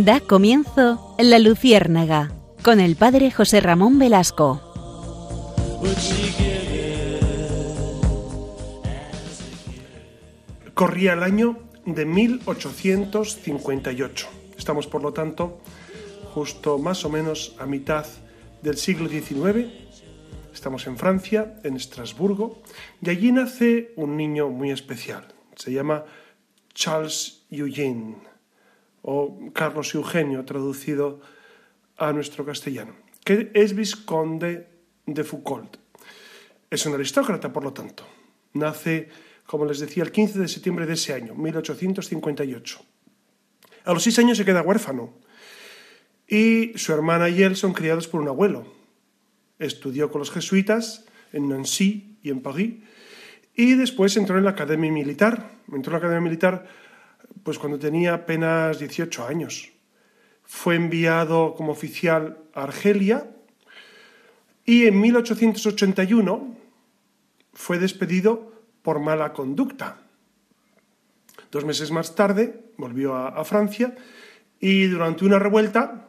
Da comienzo La Luciérnaga, con el padre José Ramón Velasco. Corría el año de 1858. Estamos, por lo tanto, justo más o menos a mitad del siglo XIX. Estamos en Francia, en Estrasburgo, y allí nace un niño muy especial. Se llama Charles Eugène, o Carlos Eugenio, traducido a nuestro castellano, que es vizconde de Foucault. Es un aristócrata, por lo tanto. Nace, como les decía, el 15 de septiembre de ese año, 1858. A los 6 años se queda huérfano y su hermana y él son criados por un abuelo. Estudió con los jesuitas en Nancy y en París y después entró en la academia militar. Entró en la academia militar pues cuando tenía apenas 18 años. Fue enviado como oficial a Argelia y en 1881 fue despedido por mala conducta. 2 meses más tarde volvió a Francia y durante una revuelta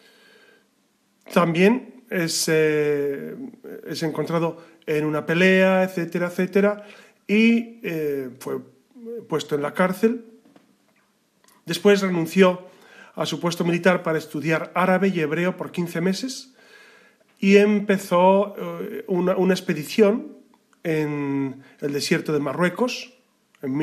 también es encontrado en una pelea, etcétera, etcétera, y fue puesto en la cárcel. Después renunció a su puesto militar para estudiar árabe y hebreo por 15 meses y empezó una expedición en el desierto de Marruecos en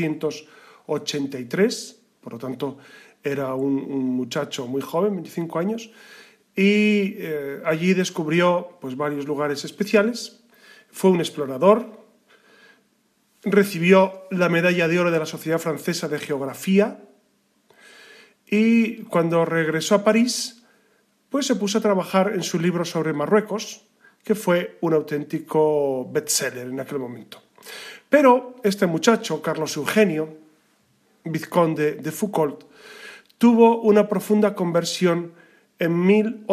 1883, por lo tanto era un muchacho muy joven, 25 años, y allí descubrió pues, varios lugares especiales. Fue un explorador, recibió la medalla de oro de la Sociedad Francesa de Geografía y cuando regresó a París pues se puso a trabajar en su libro sobre Marruecos, que fue un auténtico bestseller en aquel momento. Pero este muchacho, Carlos Eugenio, vizconde de Foucault, tuvo una profunda conversión en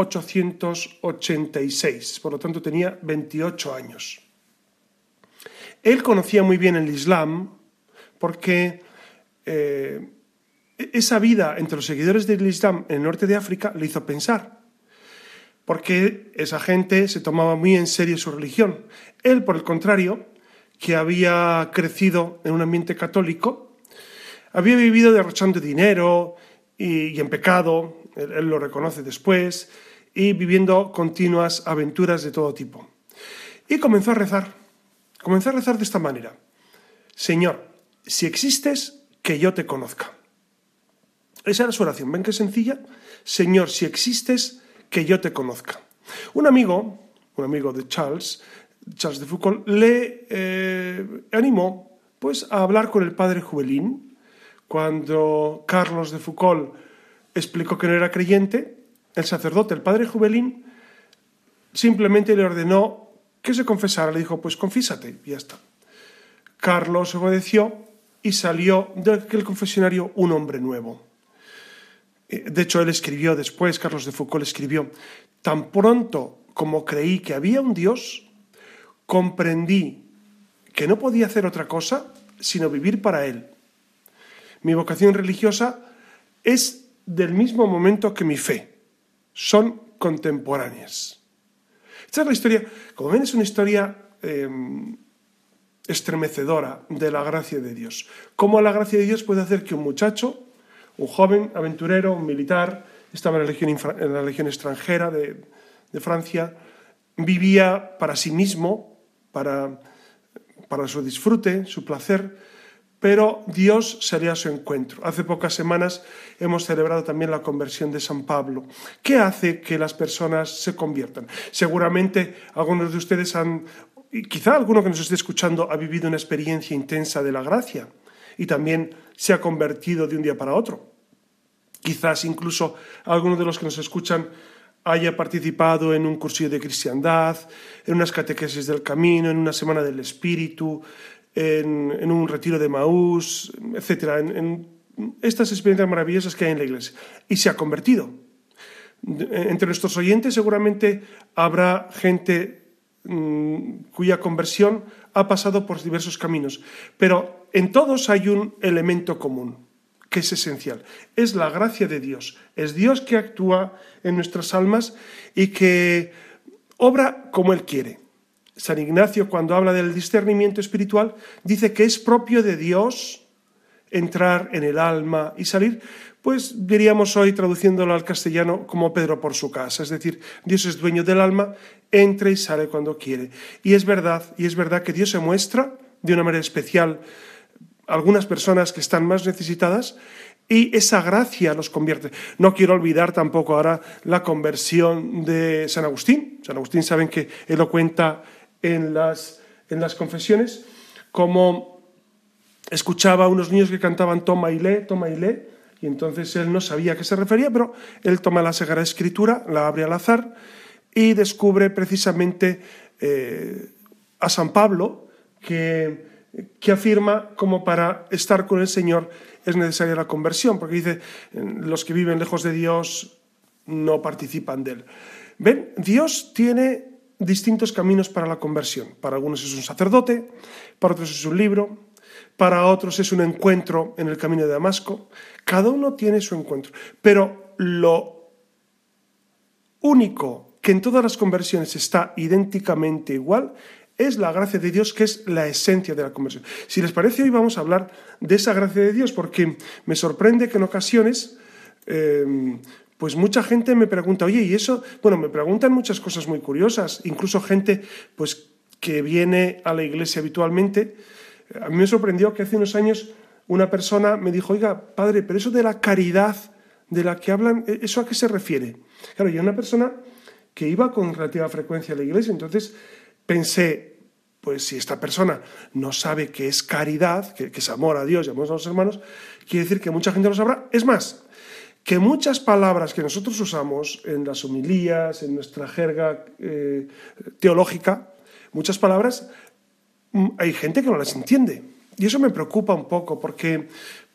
1886, por lo tanto tenía 28 años. Él conocía muy bien el Islam porque esa vida entre los seguidores del Islam en el norte de África le hizo pensar, porque esa gente se tomaba muy en serio su religión. Él, por el contrario, que había crecido en un ambiente católico, había vivido derrochando dinero y en pecado, él lo reconoce después, y viviendo continuas aventuras de todo tipo. Y comenzó a rezar de esta manera: Señor, si existes, que yo te conozca. Esa era su oración. ¿Ven qué sencilla? Señor, si existes, que yo te conozca. Un amigo de Charles de Foucault, le animó pues, a hablar con el padre Juvelin. Cuando Carlos de Foucault explicó que no era creyente, el sacerdote, el padre Juvelin, simplemente le ordenó que se confesara. Le dijo, pues confiésate, y ya está. Carlos obedeció y salió de aquel confesionario un hombre nuevo. De hecho, él escribió después, Carlos de Foucault escribió: tan pronto como creí que había un Dios, comprendí que no podía hacer otra cosa sino vivir para Él. Mi vocación religiosa es del mismo momento que mi fe. Son contemporáneas. Esta es la historia, como ven, es una historia estremecedora de la gracia de Dios. Cómo la gracia de Dios puede hacer que un muchacho, un joven aventurero, un militar, estaba en la legión extranjera de Francia, vivía para sí mismo, para su disfrute, su placer, pero Dios salía a su encuentro. Hace pocas semanas hemos celebrado también la conversión de San Pablo. ¿Qué hace que las personas se conviertan? Seguramente algunos de ustedes quizá alguno que nos esté escuchando ha vivido una experiencia intensa de la gracia y también se ha convertido de un día para otro. Quizás incluso alguno de los que nos escuchan haya participado en un cursillo de cristiandad, en unas catequesis del camino, en una semana del espíritu, en un retiro de Maús, etc. En estas experiencias maravillosas que hay en la iglesia. Y se ha convertido. Entre nuestros oyentes seguramente habrá gente cuya conversión ha pasado por diversos caminos, pero en todos hay un elemento común, que es esencial. Es la gracia de Dios. Es Dios que actúa en nuestras almas y que obra como Él quiere. San Ignacio, cuando habla del discernimiento espiritual, dice que es propio de Dios entrar en el alma y salir, pues diríamos hoy, traduciéndolo al castellano, como Pedro por su casa. Es decir, Dios es dueño del alma, entra y sale cuando quiere. Y es verdad que Dios se muestra de una manera especial a algunas personas que están más necesitadas, y esa gracia los convierte. No quiero olvidar tampoco ahora la conversión de San Agustín. San Agustín, saben que él lo cuenta en las confesiones, como escuchaba a unos niños que cantaban toma y lee, y entonces él no sabía a qué se refería, pero él toma la Sagrada Escritura, la abre al azar y descubre precisamente a San Pablo que afirma como para estar con el Señor es necesaria la conversión, porque dice, los que viven lejos de Dios no participan de Él. ¿Ven? Dios tiene distintos caminos para la conversión. Para algunos es un sacerdote, para otros es un libro, para otros es un encuentro en el camino de Damasco. Cada uno tiene su encuentro. Pero lo único que en todas las conversiones está idénticamente igual es la gracia de Dios, que es la esencia de la conversión. Si les parece, hoy vamos a hablar de esa gracia de Dios, porque me sorprende que en ocasiones pues mucha gente me pregunta, oye, ¿y eso? Bueno, me preguntan muchas cosas muy curiosas, incluso gente pues que viene a la iglesia habitualmente. A mí me sorprendió que hace unos años una persona me dijo, oiga, padre, pero eso de la caridad de la que hablan, ¿eso a qué se refiere? Claro, yo era una persona que iba con relativa frecuencia a la iglesia, entonces pensé, pues si esta persona no sabe qué es caridad, que es amor a Dios y amor a los hermanos, quiere decir que mucha gente lo sabrá. Es más, que muchas palabras que nosotros usamos en las homilías, en nuestra jerga teológica, muchas palabras, hay gente que no las entiende. Y eso me preocupa un poco, porque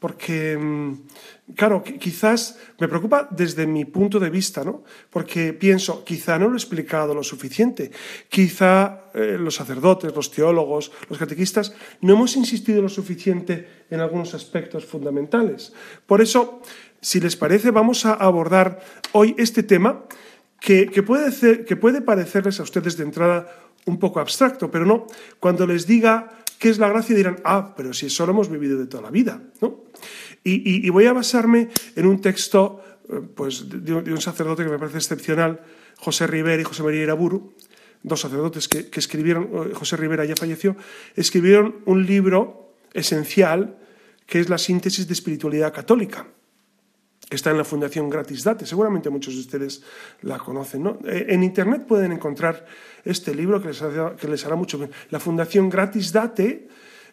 claro, quizás me preocupa desde mi punto de vista, ¿no? Porque pienso, quizá no lo he explicado lo suficiente, quizá los sacerdotes, los teólogos, los catequistas, no hemos insistido lo suficiente en algunos aspectos fundamentales. Por eso, si les parece, vamos a abordar hoy este tema que puede parecerles a ustedes de entrada un poco abstracto, pero no, cuando les diga qué es la gracia dirán, pero si eso lo hemos vivido de toda la vida, ¿no? Y voy a basarme en un texto pues, de un sacerdote que me parece excepcional, José Ribera y José María Iraburu, dos sacerdotes que escribieron, José Ribera ya falleció, escribieron un libro esencial que es la síntesis de espiritualidad católica. Está en la Fundación Gratis Date, seguramente muchos de ustedes la conocen, ¿no? En Internet pueden encontrar este libro que les hará mucho bien. La Fundación Gratis Date,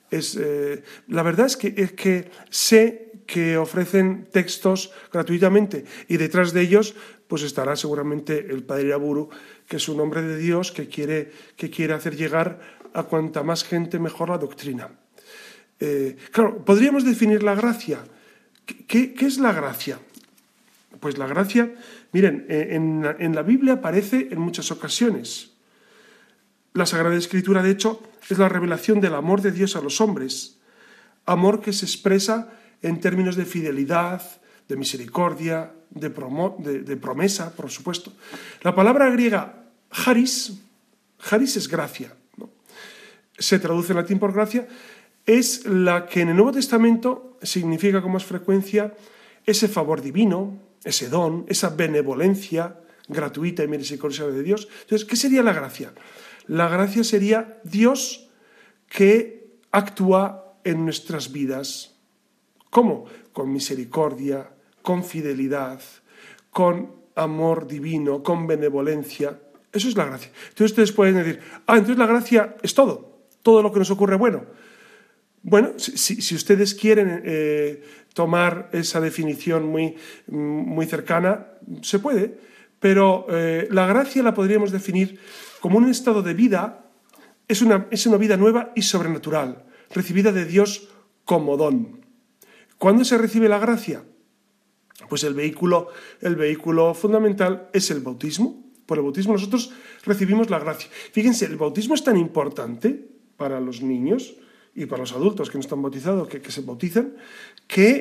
la verdad es que sé que ofrecen textos gratuitamente y detrás de ellos pues estará seguramente el padre Iraburu, que es un hombre de Dios que quiere hacer llegar a cuanta más gente mejor la doctrina. Claro, podríamos definir la gracia. ¿Qué es la gracia? Pues la gracia, miren, en la Biblia aparece en muchas ocasiones. La Sagrada Escritura, de hecho, es la revelación del amor de Dios a los hombres. Amor que se expresa en términos de fidelidad, de misericordia, de promesa, por supuesto. La palabra griega charis es gracia, ¿no? Se traduce en latín por gracia, es la que en el Nuevo Testamento significa con más frecuencia ese favor divino, ese don, esa benevolencia gratuita y misericordiosa de Dios. Entonces, ¿qué sería la gracia? La gracia sería Dios que actúa en nuestras vidas. ¿Cómo? Con misericordia, con fidelidad, con amor divino, con benevolencia. Eso es la gracia. Entonces ustedes pueden decir, entonces la gracia es todo lo que nos ocurre bueno. Bueno, si ustedes quieren tomar esa definición muy cercana, se puede, pero la gracia la podríamos definir como un estado de vida, es una vida nueva y sobrenatural, recibida de Dios como don. ¿Cuándo se recibe la gracia? Pues el vehículo fundamental es el bautismo. Por el bautismo nosotros recibimos la gracia. Fíjense, el bautismo es tan importante para los niños y para los adultos que no están bautizados, que se bautizan, que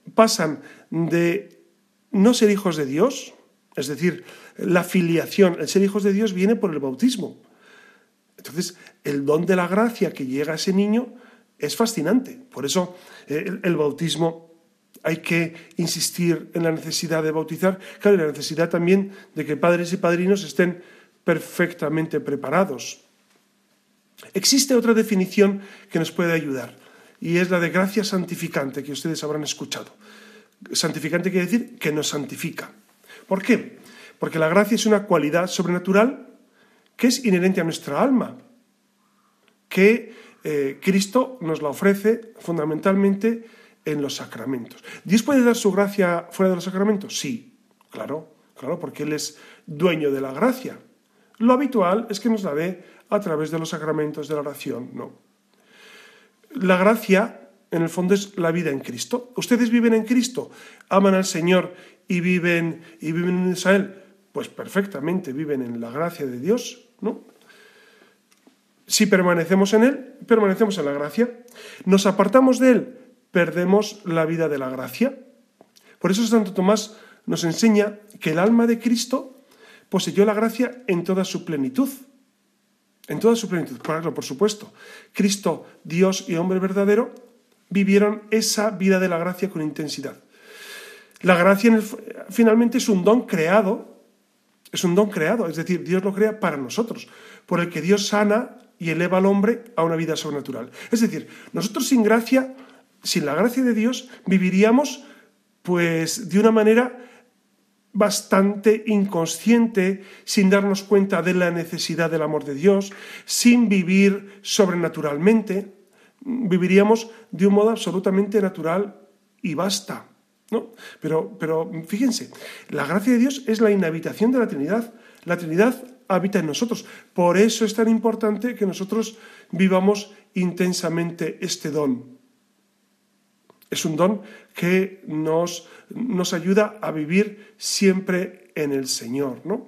pasan de no ser hijos de Dios, es decir, la filiación, el ser hijos de Dios viene por el bautismo. Entonces, el don de la gracia que llega a ese niño es fascinante. Por eso el bautismo, hay que insistir en la necesidad de bautizar, claro, y la necesidad también de que padres y padrinos estén perfectamente preparados. Existe otra definición que nos puede ayudar, y es la de gracia santificante, que ustedes habrán escuchado. Santificante quiere decir que nos santifica. ¿Por qué? Porque la gracia es una cualidad sobrenatural que es inherente a nuestra alma, que Cristo nos la ofrece fundamentalmente en los sacramentos. ¿Dios puede dar su gracia fuera de los sacramentos? Sí, claro, porque Él es dueño de la gracia. Lo habitual es que nos la dé a través de los sacramentos de la oración, no. La gracia, en el fondo, es la vida en Cristo. ¿Ustedes viven en Cristo? ¿Aman al Señor y viven en Israel? Pues perfectamente viven en la gracia de Dios, ¿no? Si permanecemos en Él, permanecemos en la gracia. Nos apartamos de Él, perdemos la vida de la gracia. Por eso Santo Tomás nos enseña que el alma de Cristo poseyó la gracia en toda su plenitud. En toda su plenitud, claro, por supuesto. Cristo, Dios y hombre verdadero, vivieron esa vida de la gracia con intensidad. La gracia finalmente es un don creado, es decir, Dios lo crea para nosotros, por el que Dios sana y eleva al hombre a una vida sobrenatural. Es decir, nosotros sin gracia, sin la gracia de Dios, viviríamos pues de una manera bastante inconsciente, sin darnos cuenta de la necesidad del amor de Dios, sin vivir sobrenaturalmente. Viviríamos de un modo absolutamente natural y basta, ¿no? Pero fíjense, la gracia de Dios es la inhabitación de la Trinidad. La Trinidad habita en nosotros. Por eso es tan importante que nosotros vivamos intensamente este don. Es un don que nos ayuda a vivir siempre en el Señor, ¿no?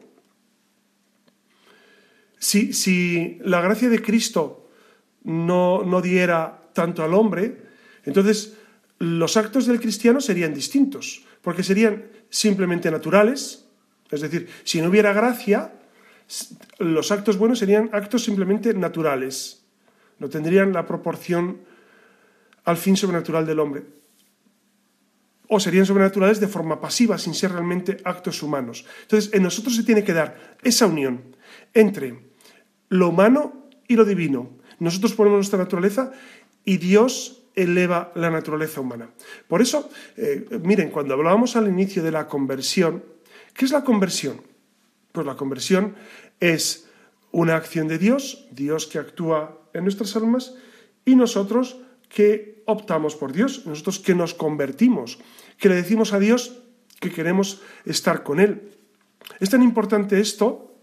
Si la gracia de Cristo no diera tanto al hombre, entonces los actos del cristiano serían distintos, porque serían simplemente naturales. Es decir, si no hubiera gracia, los actos buenos serían actos simplemente naturales, no tendrían la proporción al fin sobrenatural del hombre. O serían sobrenaturales de forma pasiva, sin ser realmente actos humanos. Entonces, en nosotros se tiene que dar esa unión entre lo humano y lo divino. Nosotros ponemos nuestra naturaleza y Dios eleva la naturaleza humana. Por eso, miren, cuando hablábamos al inicio de la conversión, ¿qué es la conversión? Pues la conversión es una acción de Dios que actúa en nuestras almas, y nosotros que optamos por Dios, nosotros que nos convertimos, que le decimos a Dios que queremos estar con Él. Es tan importante esto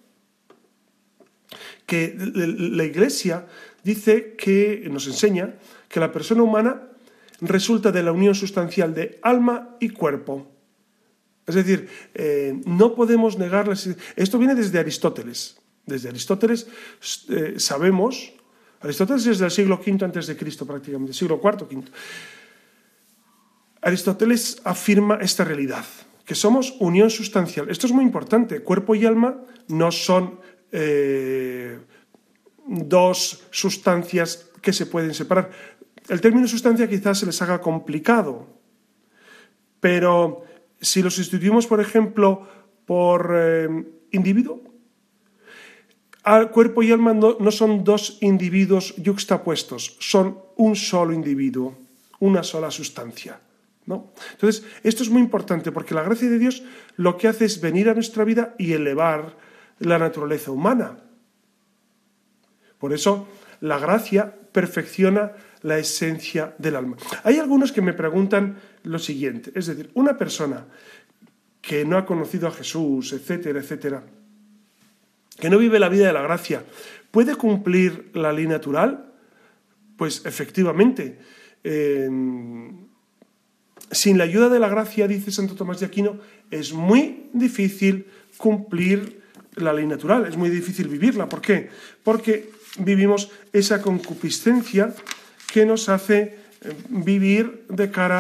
que la Iglesia dice que nos enseña que la persona humana resulta de la unión sustancial de alma y cuerpo. Es decir, no podemos negar. Esto viene desde Aristóteles. Desde Aristóteles sabemos. Aristóteles es del siglo V a.C., prácticamente, siglo IV, V. Aristóteles afirma esta realidad, que somos unión sustancial. Esto es muy importante. Cuerpo y alma no son dos sustancias que se pueden separar. El término sustancia quizás se les haga complicado, pero si lo sustituimos, por ejemplo, por individuo, cuerpo y alma no son dos individuos yuxtapuestos, son un solo individuo, una sola sustancia, ¿no? Entonces, esto es muy importante, porque la gracia de Dios lo que hace es venir a nuestra vida y elevar la naturaleza humana. Por eso, la gracia perfecciona la esencia del alma. Hay algunos que me preguntan lo siguiente, es decir, una persona que no ha conocido a Jesús, etcétera, etcétera, que no vive la vida de la gracia, ¿puede cumplir la ley natural? Pues efectivamente, sin la ayuda de la gracia, dice Santo Tomás de Aquino, es muy difícil cumplir la ley natural, es muy difícil vivirla. ¿Por qué? Porque vivimos esa concupiscencia que nos hace vivir de cara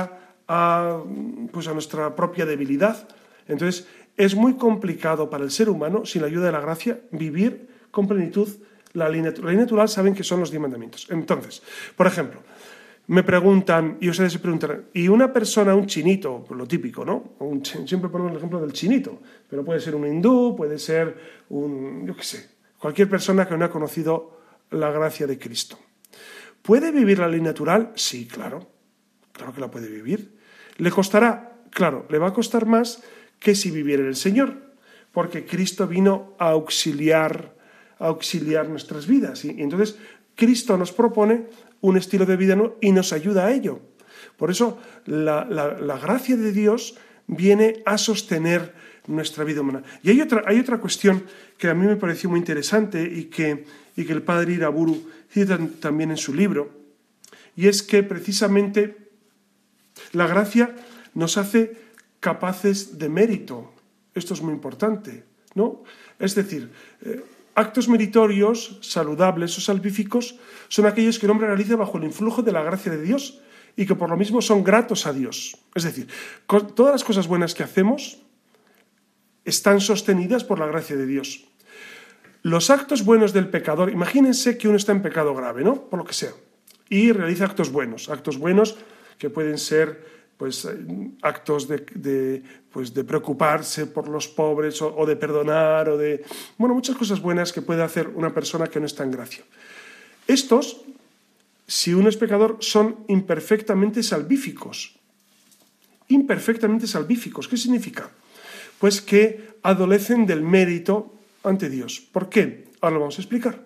pues a nuestra propia debilidad. Entonces, es muy complicado para el ser humano, sin la ayuda de la gracia, vivir con plenitud la ley natural. La ley natural saben que son los 10 mandamientos. Entonces, por ejemplo, me preguntan, y ustedes se preguntarán, ¿y una persona, un chinito, pues lo típico, ¿no? Siempre ponemos el ejemplo del chinito, pero puede ser un hindú, puede ser yo qué sé, cualquier persona que no ha conocido la gracia de Cristo. ¿Puede vivir la ley natural? Sí, claro que la puede vivir. ¿Le costará? Claro, le va a costar más que si viviera en el Señor, porque Cristo vino a auxiliar nuestras vidas. Y entonces Cristo nos propone un estilo de vida y nos ayuda a ello. Por eso la gracia de Dios viene a sostener nuestra vida humana. Y hay otra cuestión que a mí me pareció muy interesante y que el padre Iraburu cita también en su libro, y es que precisamente la gracia nos hace capaces de mérito. Esto es muy importante, ¿no? Es decir, actos meritorios, saludables o salvíficos son aquellos que el hombre realiza bajo el influjo de la gracia de Dios y que por lo mismo son gratos a Dios. Es decir, todas las cosas buenas que hacemos están sostenidas por la gracia de Dios. Los actos buenos del pecador, imagínense que uno está en pecado grave, ¿no? Por lo que sea, y realiza actos buenos que pueden ser pues actos de preocuparse por los pobres o de perdonar muchas cosas buenas que puede hacer una persona que no está en gracia. Estos, si uno es pecador, son imperfectamente salvíficos. Imperfectamente salvíficos. ¿Qué significa? Pues que adolecen del mérito ante Dios. ¿Por qué? Ahora lo vamos a explicar.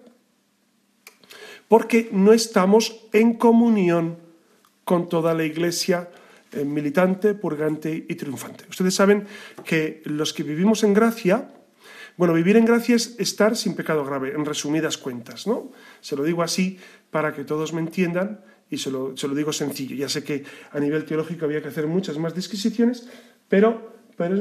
Porque no estamos en comunión con toda la Iglesia militante, purgante y triunfante. Ustedes saben que los que vivimos en gracia, vivir en gracia es estar sin pecado grave, en resumidas cuentas, ¿no? Se lo digo así para que todos me entiendan y se lo digo sencillo. Ya sé que a nivel teológico había que hacer muchas más disquisiciones, pero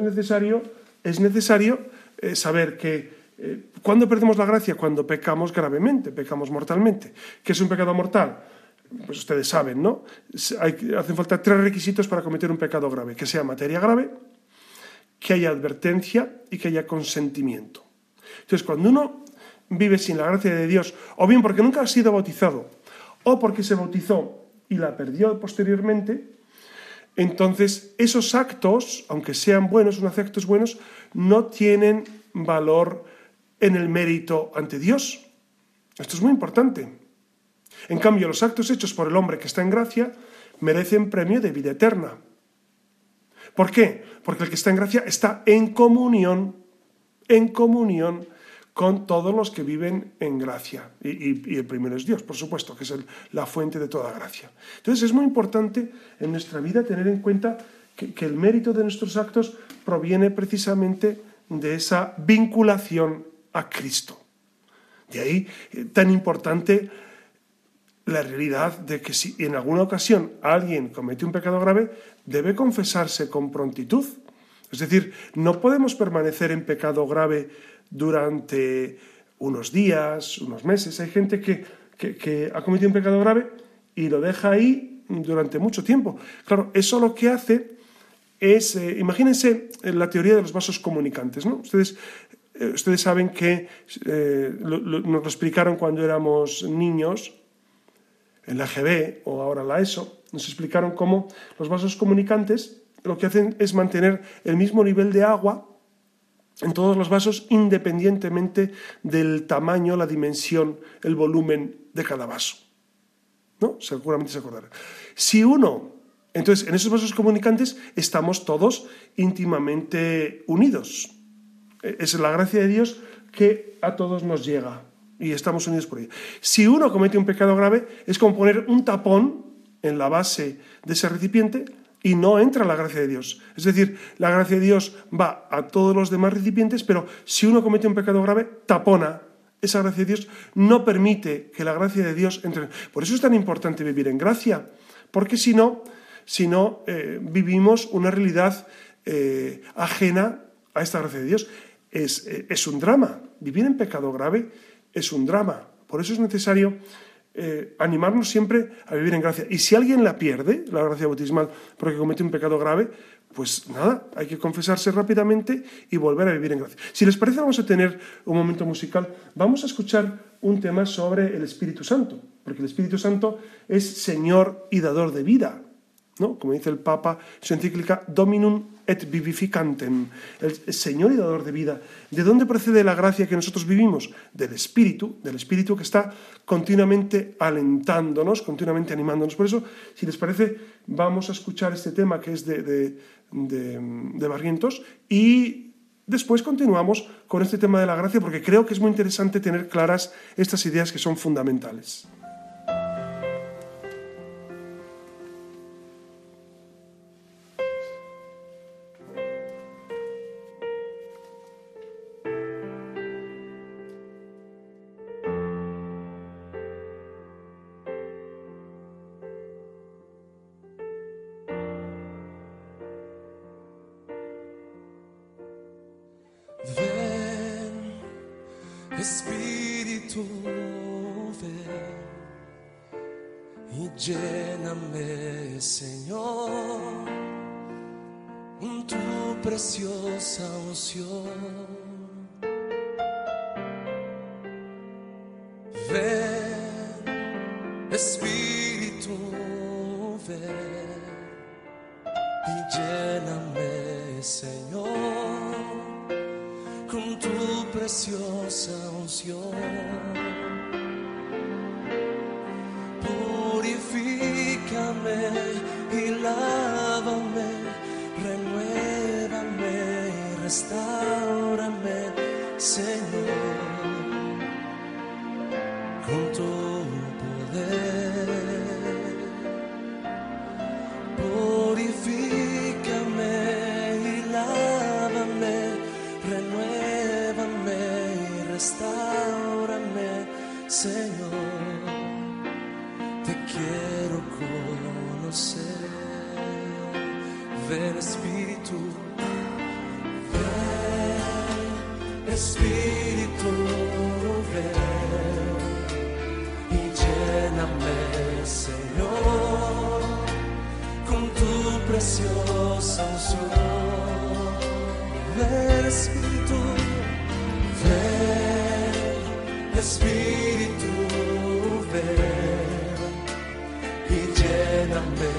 es necesario saber que ¿cuándo perdemos la gracia? Cuando pecamos gravemente, pecamos mortalmente. ¿Qué es un pecado mortal? Pues ustedes saben, ¿no? Hacen falta 3 requisitos para cometer un pecado grave: que sea materia grave, que haya advertencia y que haya consentimiento. Entonces, cuando uno vive sin la gracia de Dios, o bien porque nunca ha sido bautizado, o porque se bautizó y la perdió posteriormente, entonces esos actos, aunque sean buenos, unos actos buenos, no tienen valor en el mérito ante Dios. Esto es muy importante. En cambio, los actos hechos por el hombre que está en gracia merecen premio de vida eterna. ¿Por qué? Porque el que está en gracia está en comunión con todos los que viven en gracia. Y el primero es Dios, por supuesto, que es la fuente de toda gracia. Entonces es muy importante en nuestra vida tener en cuenta que el mérito de nuestros actos proviene precisamente de esa vinculación a Cristo. De ahí tan importante la realidad de que si en alguna ocasión alguien comete un pecado grave, debe confesarse con prontitud. Es decir, no podemos permanecer en pecado grave durante unos días, unos meses. Hay gente que ha cometido un pecado grave y lo deja ahí durante mucho tiempo. Claro, eso lo que hace es, imagínense la teoría de los vasos comunicantes, ¿no? Ustedes saben que nos lo explicaron cuando éramos niños, en la GB o ahora en la ESO, nos explicaron cómo los vasos comunicantes lo que hacen es mantener el mismo nivel de agua en todos los vasos independientemente del tamaño, la dimensión, el volumen de cada vaso, ¿no? Seguramente se acordarán. Entonces, en esos vasos comunicantes estamos todos íntimamente unidos. Es la gracia de Dios que a todos nos llega y estamos unidos por ella. Si uno comete un pecado grave, es como poner un tapón en la base de ese recipiente y no entra la gracia de Dios. Es decir, la gracia de Dios va a todos los demás recipientes, pero si uno comete un pecado grave, tapona esa gracia de Dios, no permite que la gracia de Dios entre. Por eso es tan importante vivir en gracia, porque si no vivimos una realidad ajena a esta gracia de Dios. Es un drama. Vivir en pecado grave es un drama. Por eso es necesario animarnos siempre a vivir en gracia. Y si alguien la pierde, la gracia bautismal, porque comete un pecado grave, pues nada, hay que confesarse rápidamente y volver a vivir en gracia. Si les parece, vamos a tener un momento musical. Vamos a escuchar un tema sobre el Espíritu Santo, porque el Espíritu Santo es Señor y dador de vida, ¿no? Como dice el Papa en su encíclica Dominum et Vivificantem, el Señor y dador de vida. ¿De dónde procede la gracia que nosotros vivimos? Del Espíritu que está continuamente alentándonos, continuamente animándonos. Por eso, si les parece, vamos a escuchar este tema que es de Barrientos y después continuamos con este tema de la gracia, porque creo que es muy interesante tener claras estas ideas que son fundamentales. Ven, Espíritu, ven y lléname, Señor, con tu preciosa unción. Ven, Espíritu, ven y lléname, Señor, con tu preciosa unción. Purifícame y lávame, renuévame y restáurame, Señor, con tu poder. Purifícame y lávame, renuévame y restáurame, Señor, te quiero conocer. Ven, Espíritu, ven, Espíritu, ven y lléname, Señor, con tu preciosa unción. Ven, Espíritu, ven, Espíritu, ven y lléname,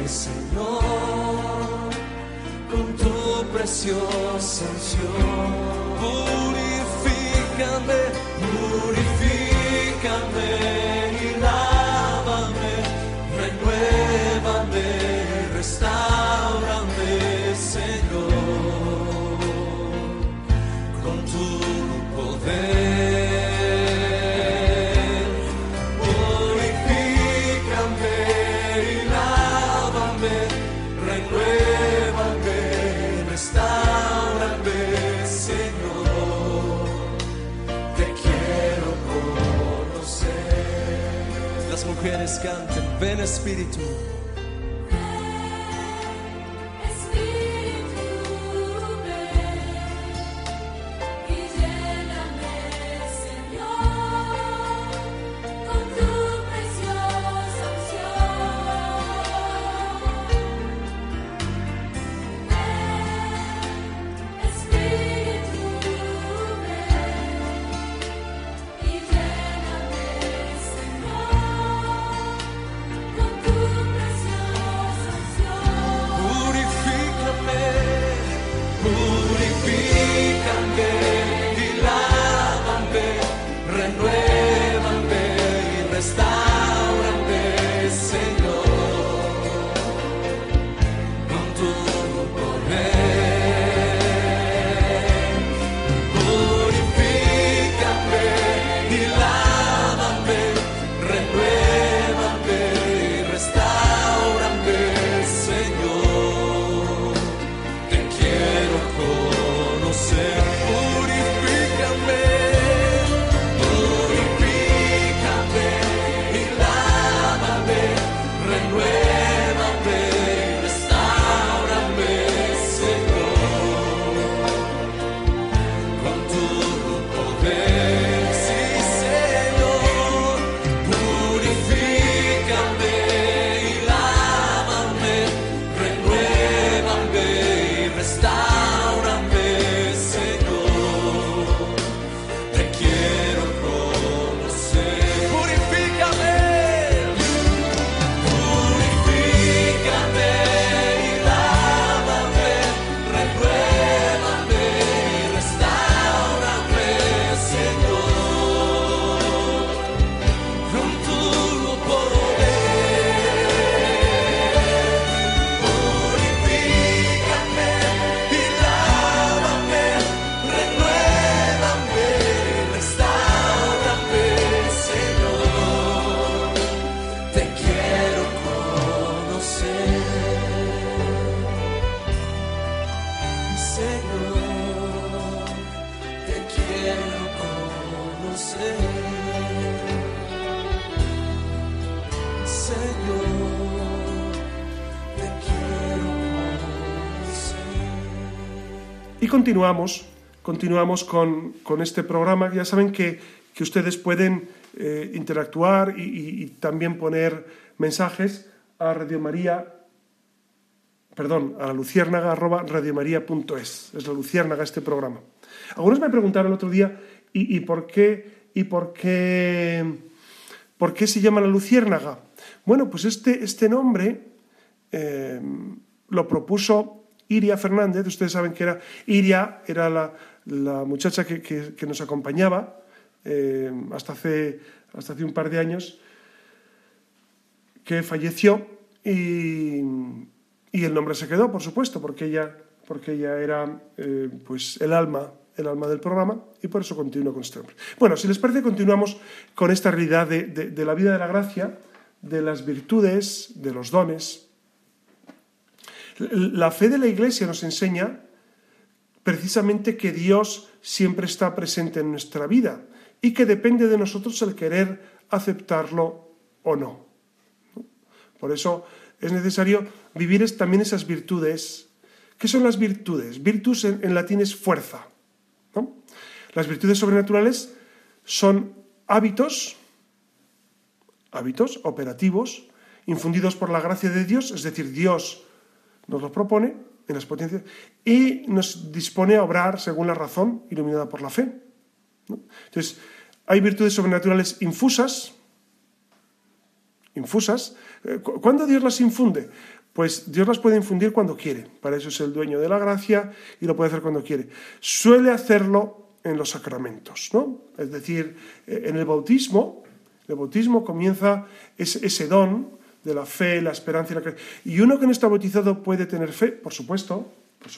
Señor, con tu preciosa unción. Purifícame, purifícame y lávame, renuévame, restáurame, Señor, con tu poder. Purifícame y lávame, renuévame, restáurame, Señor, te quiero conocer. Las mujeres canten, ven, Espíritu. Con tu conocer. Señor, te quiero conocer. Y continuamos con este programa. Ya saben que ustedes pueden interactuar y también poner mensajes a Radio María, a la luciérnaga @radiomaria.es. Es la luciérnaga este programa. Algunos me preguntaron el otro día ¿y por qué se llama la luciérnaga? Bueno, pues este nombre lo propuso Iria Fernández. Ustedes saben que Iria era la muchacha que nos acompañaba hasta hace un par de años, que falleció, y el nombre se quedó, por supuesto, porque ella era pues el alma del programa, y por eso continúo con este nombre. Bueno, si les parece, continuamos con esta realidad de la vida de la gracia, de las virtudes, de los dones. La fe de la Iglesia nos enseña precisamente que Dios siempre está presente en nuestra vida y que depende de nosotros el querer aceptarlo o no. Por eso es necesario vivir también esas virtudes. ¿Qué son las virtudes? Virtus en latín es fuerza, ¿no? Las virtudes sobrenaturales son hábitos operativos infundidos por la gracia de Dios, es decir, Dios nos los propone en las potencias y nos dispone a obrar según la razón iluminada por la fe, ¿no? Entonces, hay virtudes sobrenaturales infusas. ¿Cuándo Dios las infunde? Pues Dios las puede infundir cuando quiere. Para eso es el dueño de la gracia y lo puede hacer cuando quiere. Suele hacerlo en los sacramentos, ¿no? Es decir, en el bautismo comienza ese don de la fe, la esperanza y la caridad. Y uno que no está bautizado puede tener fe, por supuesto,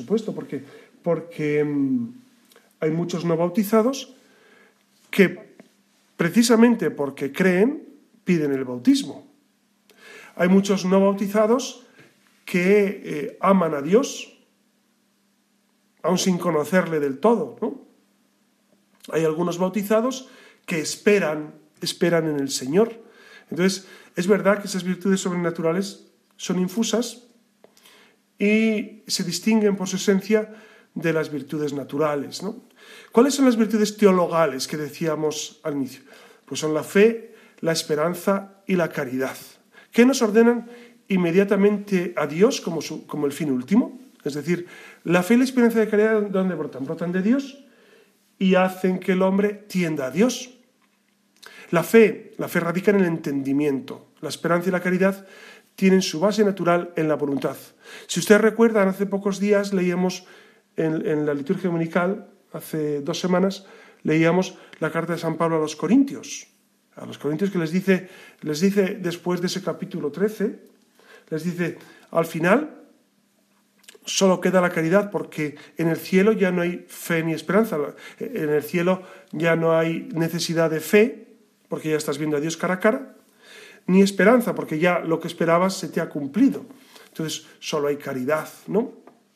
porque hay muchos no bautizados que precisamente porque creen piden el bautismo. Hay muchos no bautizados que aman a Dios, aun sin conocerle del todo, ¿no? Hay algunos bautizados que esperan en el Señor. Entonces, es verdad que esas virtudes sobrenaturales son infusas y se distinguen por su esencia de las virtudes naturales, ¿no? ¿Cuáles son las virtudes teologales que decíamos al inicio? Pues son la fe, la esperanza y la caridad, que nos ordenan inmediatamente a Dios como el fin último. Es decir, la fe, la esperanza y la caridad, ¿de dónde brotan? Brotan de Dios y hacen que el hombre tienda a Dios. La fe radica en el entendimiento. La esperanza y la caridad tienen su base natural en la voluntad. Si ustedes recuerdan, hace pocos días leíamos en la liturgia dominical, hace 2 semanas, leíamos la carta de San Pablo a los Corintios que les dice después de ese capítulo 13, les dice, al final solo queda la caridad, porque en el cielo ya no hay fe ni esperanza. En el cielo ya no hay necesidad de fe, porque ya estás viendo a Dios cara a cara, ni esperanza, porque ya lo que esperabas se te ha cumplido. Entonces, solo hay caridad, ¿no?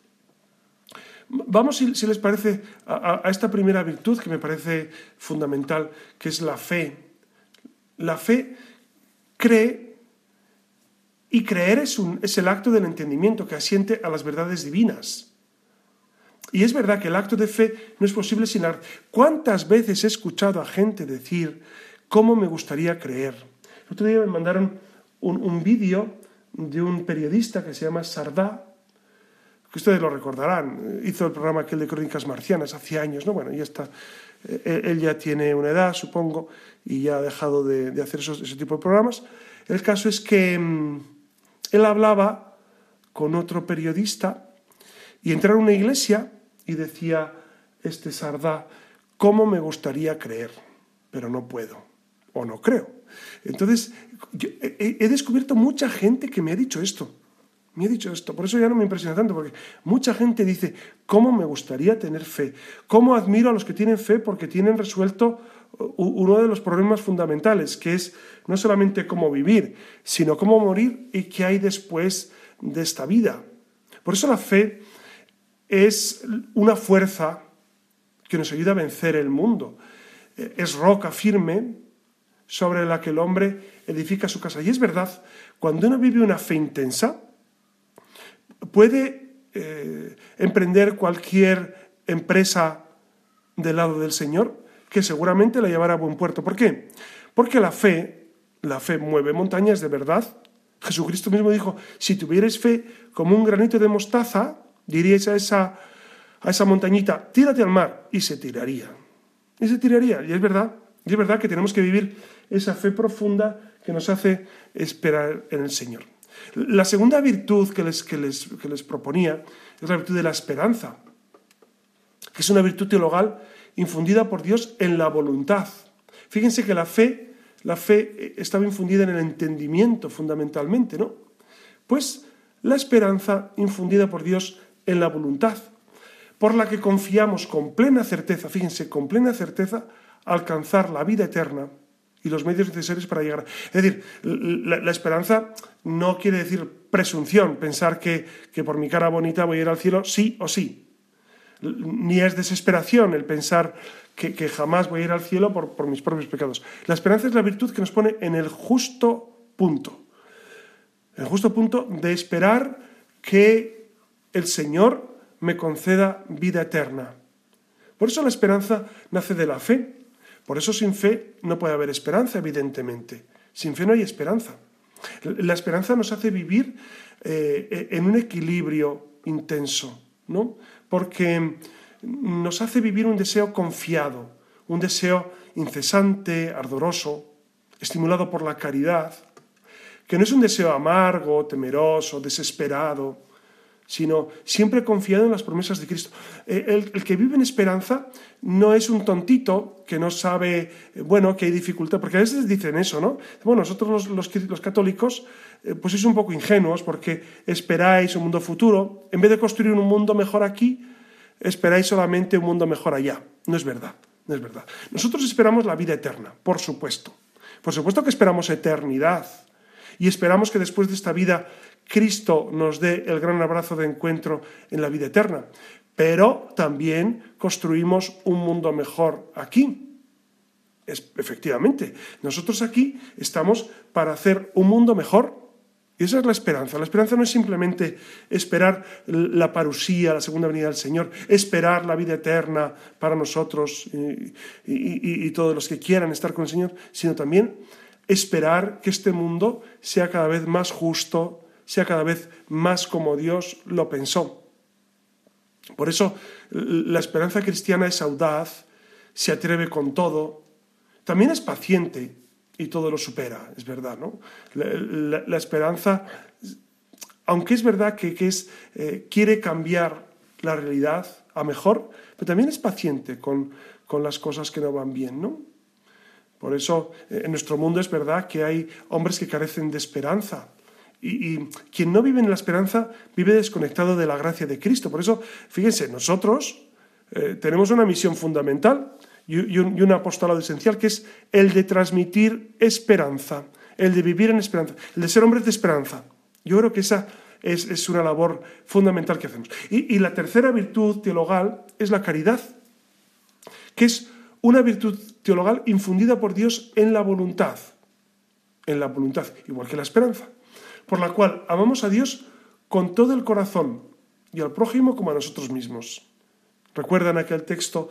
Vamos, si les parece, a esta primera virtud que me parece fundamental, que es la fe. La fe cree, y creer es el acto del entendimiento que asiente a las verdades divinas. Y es verdad que el acto de fe no es posible sin arte. ¿Cuántas veces he escuchado a gente decir cómo me gustaría creer? El otro día me mandaron un vídeo de un periodista que se llama Sardá, que ustedes lo recordarán, hizo el programa aquel de Crónicas Marcianas hace años, ¿no? Bueno, ya está, él ya tiene una edad, supongo, y ya ha dejado de hacer ese tipo de programas. El caso es que él hablaba con otro periodista y entraron a una iglesia y decía Sardá, ¿cómo me gustaría creer? Pero no puedo, o no creo. Entonces, yo he descubierto mucha gente que me ha dicho esto. Por eso ya no me impresiona tanto, porque mucha gente dice, ¿cómo me gustaría tener fe? ¿Cómo admiro a los que tienen fe porque tienen resuelto uno de los problemas fundamentales, que es no solamente cómo vivir, sino cómo morir y qué hay después de esta vida? Por eso la fe es una fuerza que nos ayuda a vencer el mundo. es roca firme sobre la que el hombre edifica su casa. Y es verdad, cuando uno vive una fe intensa, puede emprender cualquier empresa del lado del Señor, que seguramente la llevará a buen puerto. ¿Por qué? Porque la fe mueve montañas de verdad. Jesucristo mismo dijo, si tuvierais fe como un granito de mostaza, diríais a esa montañita, tírate al mar, y se tiraría. Y se tiraría. Y es verdad que tenemos que vivir esa fe profunda que nos hace esperar en el Señor. La segunda virtud que les proponía es la virtud de la esperanza, que es una virtud teologal infundida por Dios en la voluntad. Fíjense que la fe estaba infundida en el entendimiento fundamentalmente, ¿no? Pues la esperanza infundida por Dios en la voluntad, por la que confiamos con plena certeza, fíjense, con plena certeza, alcanzar la vida eterna y los medios necesarios para llegar. Es decir, la esperanza no quiere decir presunción, pensar que por mi cara bonita voy a ir al cielo sí o sí. Ni es desesperación el pensar que jamás voy a ir al cielo por mis propios pecados. La esperanza es la virtud que nos pone en el justo punto. El justo punto de esperar que el Señor me conceda vida eterna. Por eso la esperanza nace de la fe. Por eso sin fe no puede haber esperanza, evidentemente. Sin fe no hay esperanza. La esperanza nos hace vivir en un equilibrio intenso, ¿no? Porque nos hace vivir un deseo confiado, un deseo incesante, ardoroso, estimulado por la caridad, que no es un deseo amargo, temeroso, desesperado, sino siempre confiado en las promesas de Cristo. El que vive en esperanza no es un tontito que no sabe, que hay dificultad, porque a veces dicen eso, ¿no? Bueno, nosotros los católicos, pues es un poco ingenuos porque esperáis un mundo futuro, en vez de construir un mundo mejor aquí, esperáis solamente un mundo mejor allá. No es verdad, no es verdad. Nosotros esperamos la vida eterna, por supuesto. Por supuesto que esperamos eternidad y esperamos que después de esta vida Cristo nos dé el gran abrazo de encuentro en la vida eterna, pero también construimos un mundo mejor aquí. Efectivamente, nosotros aquí estamos para hacer un mundo mejor, y esa es la esperanza. La esperanza no es simplemente esperar la parusía, la segunda venida del Señor, esperar la vida eterna para nosotros y todos los que quieran estar con el Señor, sino también esperar que este mundo sea cada vez más justo, sea cada vez más como Dios lo pensó. Por eso la esperanza cristiana es audaz, se atreve con todo, también es paciente y todo lo supera, es verdad, ¿no? La esperanza, aunque es verdad que quiere cambiar la realidad a mejor, pero también es paciente con las cosas que no van bien, ¿no? Por eso en nuestro mundo es verdad que hay hombres que carecen de esperanza. Y quien no vive en la esperanza vive desconectado de la gracia de Cristo. Por eso, fíjense, nosotros tenemos una misión fundamental y un apostolado esencial, que es el de transmitir esperanza, el de vivir en esperanza, el de ser hombres de esperanza. Yo creo que esa es una labor fundamental que hacemos. Y la tercera virtud teologal es la caridad, que es una virtud teologal infundida por Dios en la voluntad, igual que la esperanza, por la cual amamos a Dios con todo el corazón y al prójimo como a nosotros mismos. ¿Recuerdan aquel texto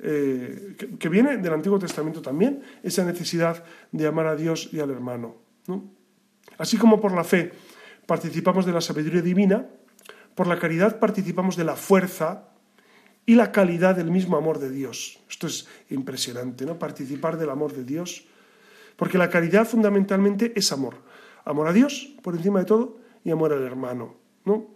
que viene del Antiguo Testamento también? Esa necesidad de amar a Dios y al hermano, ¿no? Así como por la fe participamos de la sabiduría divina, por la caridad participamos de la fuerza y la calidad del mismo amor de Dios. Esto es impresionante, ¿no? Participar del amor de Dios. Porque la caridad fundamentalmente es amor. Amor a Dios por encima de todo y amor al hermano, ¿no?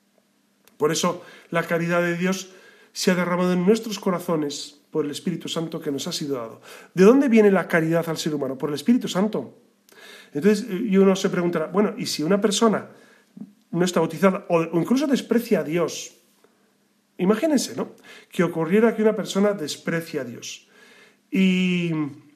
Por eso la caridad de Dios se ha derramado en nuestros corazones por el Espíritu Santo que nos ha sido dado. ¿De dónde viene la caridad al ser humano? Por el Espíritu Santo. Entonces, y uno se preguntará, bueno, ¿y si una persona no está bautizada o incluso desprecia a Dios? Imagínense, ¿no? Que ocurriera que una persona desprecia a Dios. Y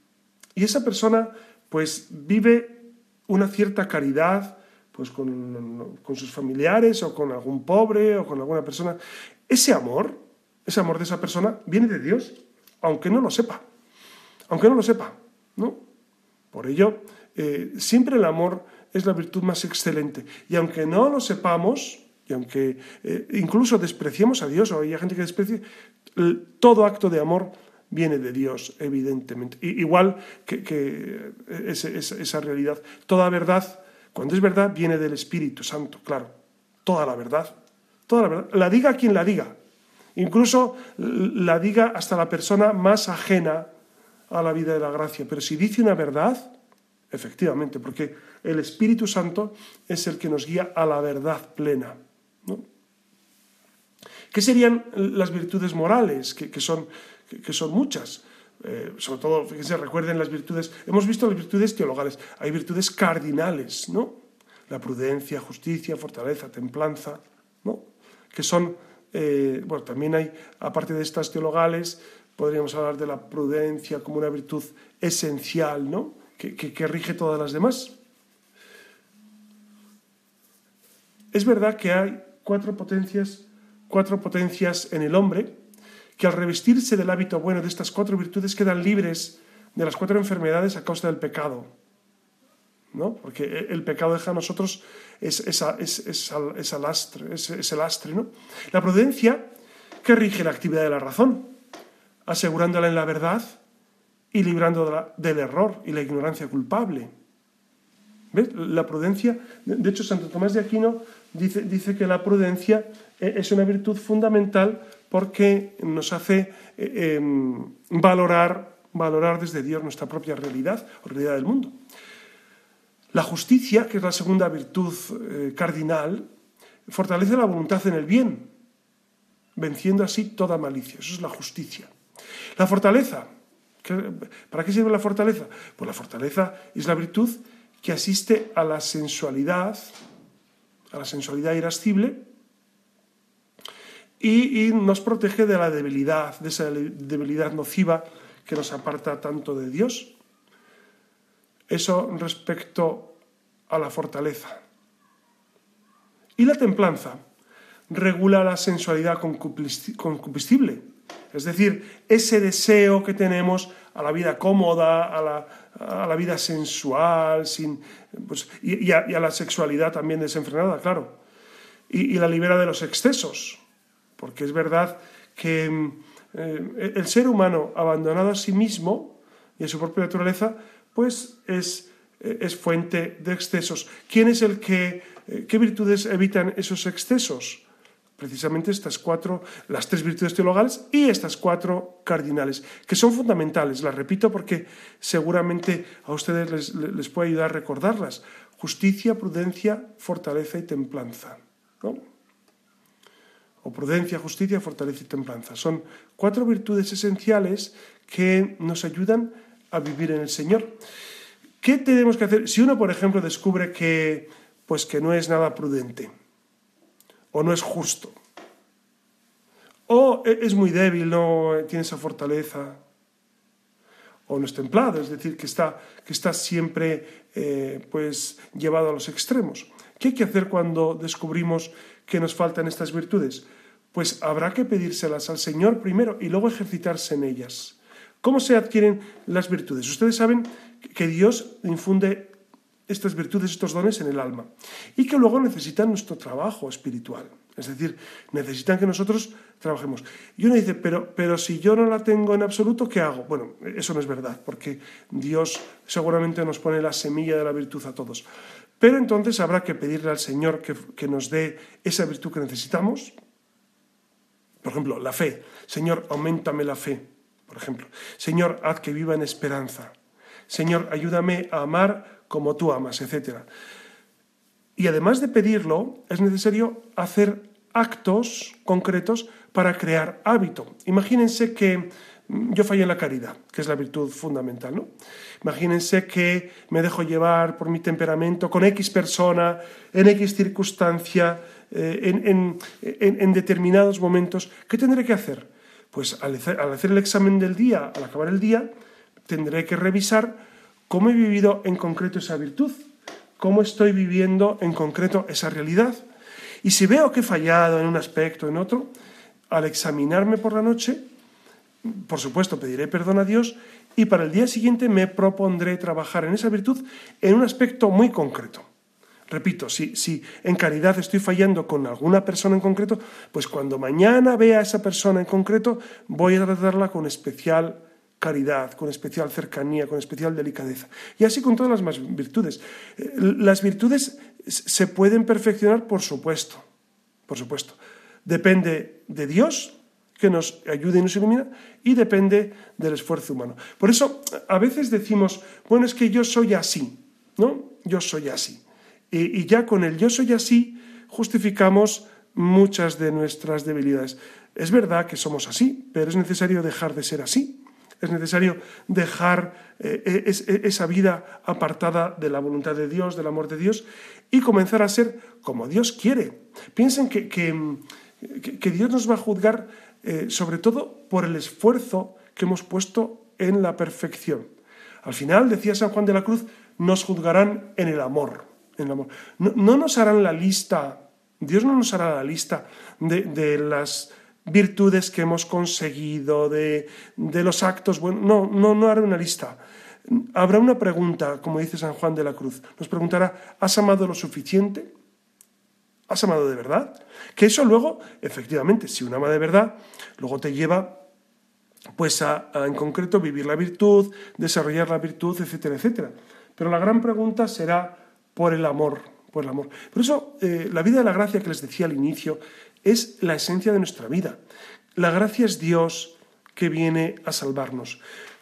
esa persona, pues, vive una cierta caridad, pues, con sus familiares o con algún pobre o con alguna persona. Ese amor de esa persona viene de Dios, aunque no lo sepa. aunque no lo sepa, ¿no? Por ello, siempre el amor es la virtud más excelente. Y aunque no lo sepamos, y aunque incluso despreciemos a Dios, o hay gente que desprecie, todo acto de amor viene de Dios, evidentemente. Igual que esa realidad. Toda verdad, cuando es verdad, viene del Espíritu Santo, claro. Toda la verdad. La diga quien la diga. Incluso la diga hasta la persona más ajena a la vida de la gracia. Pero si dice una verdad, efectivamente, porque el Espíritu Santo es el que nos guía a la verdad plena, ¿no? ¿Qué serían las virtudes morales? Que son muchas. Sobre todo, fíjense, recuerden las virtudes. Hemos visto las virtudes teologales. Hay virtudes cardinales, ¿no? La prudencia, justicia, fortaleza, templanza, ¿no? Que son, también hay, aparte de estas teologales, podríamos hablar de la prudencia como una virtud esencial, ¿no? Que rige todas las demás. Es verdad que hay cuatro potencias en el hombre, que al revestirse del hábito bueno de estas cuatro virtudes quedan libres de las cuatro enfermedades a causa del pecado, ¿no? Porque el pecado deja a nosotros ese lastre, ¿no? La prudencia, que rige la actividad de la razón, asegurándola en la verdad y librándola del error y la ignorancia culpable. ¿Ves? La prudencia, de hecho, Santo Tomás de Aquino dice que la prudencia es una virtud fundamental porque nos hace valorar desde Dios nuestra propia realidad o realidad del mundo. La justicia, que es la segunda virtud cardinal, fortalece la voluntad en el bien, venciendo así toda malicia. Eso es la justicia. La fortaleza. ¿Para qué sirve la fortaleza? Pues la fortaleza es la virtud que asiste a la sensualidad irascible y nos protege de la debilidad, de esa debilidad nociva que nos aparta tanto de Dios. Eso respecto a la fortaleza. Y la templanza regula la sensualidad concupiscible, es decir, ese deseo que tenemos a la vida cómoda, a la vida sensual, y a la sexualidad también desenfrenada, claro. Y la libera de los excesos, porque es verdad que el ser humano abandonado a sí mismo y a su propia naturaleza, pues es fuente de excesos. ¿Quién es qué virtudes evitan esos excesos? Precisamente las tres virtudes teologales y estas cuatro cardinales, que son fundamentales. Las repito porque seguramente a ustedes les puede ayudar a recordarlas. Justicia, prudencia, fortaleza y templanza, ¿no? O prudencia, justicia, fortaleza y templanza. Son cuatro virtudes esenciales que nos ayudan a vivir en el Señor. ¿Qué tenemos que hacer? Si uno, por ejemplo, descubre que no es nada prudente, o no es justo, o es muy débil, no tiene esa fortaleza, o no es templado, es decir, que está siempre llevado a los extremos. ¿Qué hay que hacer cuando descubrimos que nos faltan estas virtudes? Pues habrá que pedírselas al Señor primero y luego ejercitarse en ellas. ¿Cómo se adquieren las virtudes? Ustedes saben que Dios infunde estas virtudes, estos dones en el alma, y que luego necesitan nuestro trabajo espiritual. Es decir, necesitan que nosotros trabajemos. Y uno dice, pero si yo no la tengo en absoluto, ¿qué hago? Bueno, eso no es verdad, porque Dios seguramente nos pone la semilla de la virtud a todos. Pero entonces habrá que pedirle al Señor que nos dé esa virtud que necesitamos. Por ejemplo, la fe. Señor, auméntame la fe, por ejemplo. Señor, haz que viva en esperanza. Señor, ayúdame a amar como tú amas, etc. Y además de pedirlo, es necesario hacer actos concretos para crear hábito. Imagínense que yo fallé en la caridad, que es la virtud fundamental, ¿no? Imagínense que me dejo llevar por mi temperamento con X persona, en X circunstancia, en determinados momentos. ¿Qué tendré que hacer? Pues al hacer el examen del día, al acabar el día, tendré que revisar cómo he vivido en concreto esa virtud, cómo estoy viviendo en concreto esa realidad. Y si veo que he fallado en un aspecto o en otro, al examinarme por la noche, por supuesto pediré perdón a Dios y para el día siguiente me propondré trabajar en esa virtud en un aspecto muy concreto. Repito, si en caridad estoy fallando con alguna persona en concreto, pues cuando mañana vea a esa persona en concreto, voy a tratarla con especial caridad, con especial cercanía, con especial delicadeza. Y así con todas las más virtudes. Las virtudes se pueden perfeccionar, por supuesto. Depende de Dios, que nos ayude y nos ilumina, y depende del esfuerzo humano. Por eso, a veces decimos, bueno, es que yo soy así, ¿no? Yo soy así. Y ya con el yo soy así justificamos muchas de nuestras debilidades. Es verdad que somos así, pero es necesario dejar de ser así. Es necesario dejar esa vida apartada de la voluntad de Dios, del amor de Dios, y comenzar a ser como Dios quiere. Piensen que Dios nos va a juzgar sobre todo por el esfuerzo que hemos puesto en la perfección. Al final, decía San Juan de la Cruz, nos juzgarán en el amor. No nos harán la lista, Dios no nos hará la lista de las virtudes que hemos conseguido, de los actos buenos. No hará una lista. Habrá una pregunta, como dice San Juan de la Cruz. Nos preguntará, ¿has amado lo suficiente? ¿Has amado de verdad? Que eso luego, efectivamente, si uno ama de verdad, luego te lleva pues a en concreto vivir la virtud, desarrollar la virtud, etcétera, etcétera. Pero la gran pregunta será por el amor. Por eso, la vida de la gracia que les decía al inicio es la esencia de nuestra vida. La gracia es Dios que viene a salvarnos.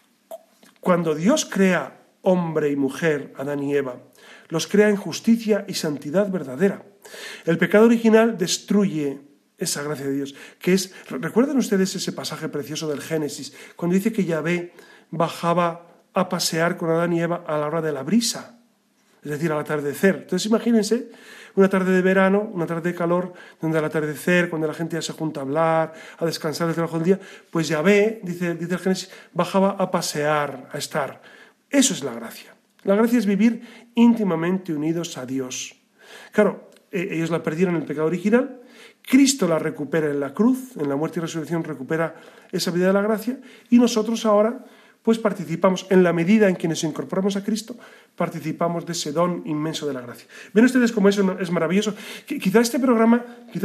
Cuando Dios crea hombre y mujer, Adán y Eva, los crea en justicia y santidad verdadera. El pecado original destruye esa gracia de Dios, que es, ¿recuerdan ustedes ese pasaje precioso del Génesis, cuando dice que Yahvé bajaba a pasear con Adán y Eva a la hora de la brisa? Es decir, al atardecer. Entonces imagínense una tarde de verano, una tarde de calor, donde al atardecer, cuando la gente ya se junta a hablar, a descansar del trabajo del día, pues Yahvé, dice el Génesis, bajaba a pasear, a estar. Eso es la gracia. La gracia es vivir íntimamente unidos a Dios. Claro, ellos la perdieron en el pecado original, Cristo la recupera en la cruz, en la muerte y resurrección recupera esa vida de la gracia, y nosotros ahora pues participamos, en la medida en que nos incorporamos a Cristo, participamos de ese don inmenso de la gracia. ¿Ven ustedes cómo eso es maravilloso? Quizá este programa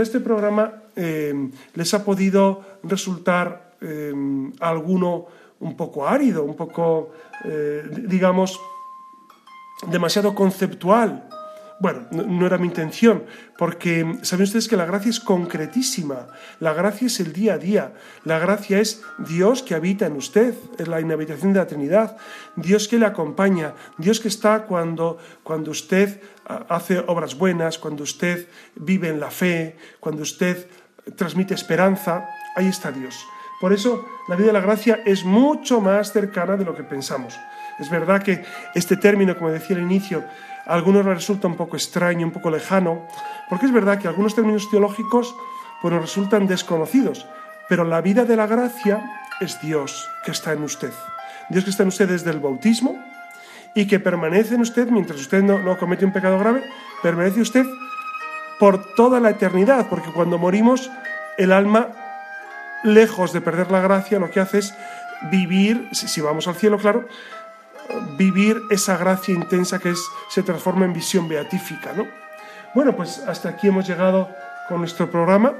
les ha podido resultar alguno un poco árido, un poco, digamos, demasiado conceptual. Bueno, no era mi intención, porque saben ustedes que la gracia es concretísima, la gracia es el día a día, la gracia es Dios que habita en usted, es la inhabitación de la Trinidad, Dios que le acompaña, Dios que está cuando usted hace obras buenas, cuando usted vive en la fe, cuando usted transmite esperanza, ahí está Dios. Por eso la vida de la gracia es mucho más cercana de lo que pensamos. Es verdad que este término, como decía al inicio, a algunos les resulta un poco extraño, un poco lejano, porque es verdad que algunos términos teológicos pues, nos resultan desconocidos, pero la vida de la gracia es Dios que está en usted. Dios que está en usted desde el bautismo y que permanece en usted, mientras usted no comete un pecado grave, permanece usted por toda la eternidad, porque cuando morimos, el alma, lejos de perder la gracia, lo que hace es vivir, si vamos al cielo, claro, vivir esa gracia intensa que se transforma en visión beatífica, ¿no? Bueno, pues hasta aquí hemos llegado con nuestro programa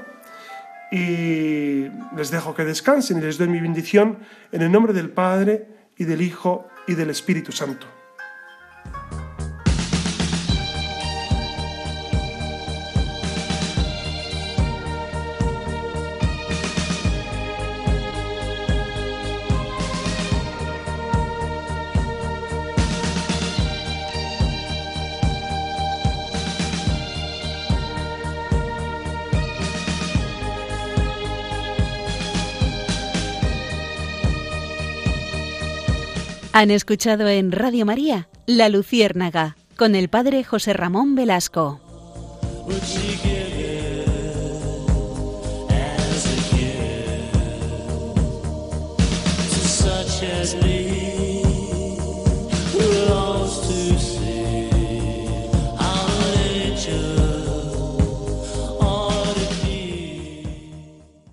y les dejo que descansen y les doy mi bendición en el nombre del Padre y del Hijo y del Espíritu Santo. Han escuchado en Radio María La Luciérnaga con el padre José Ramón Velasco. As a gift to such as me.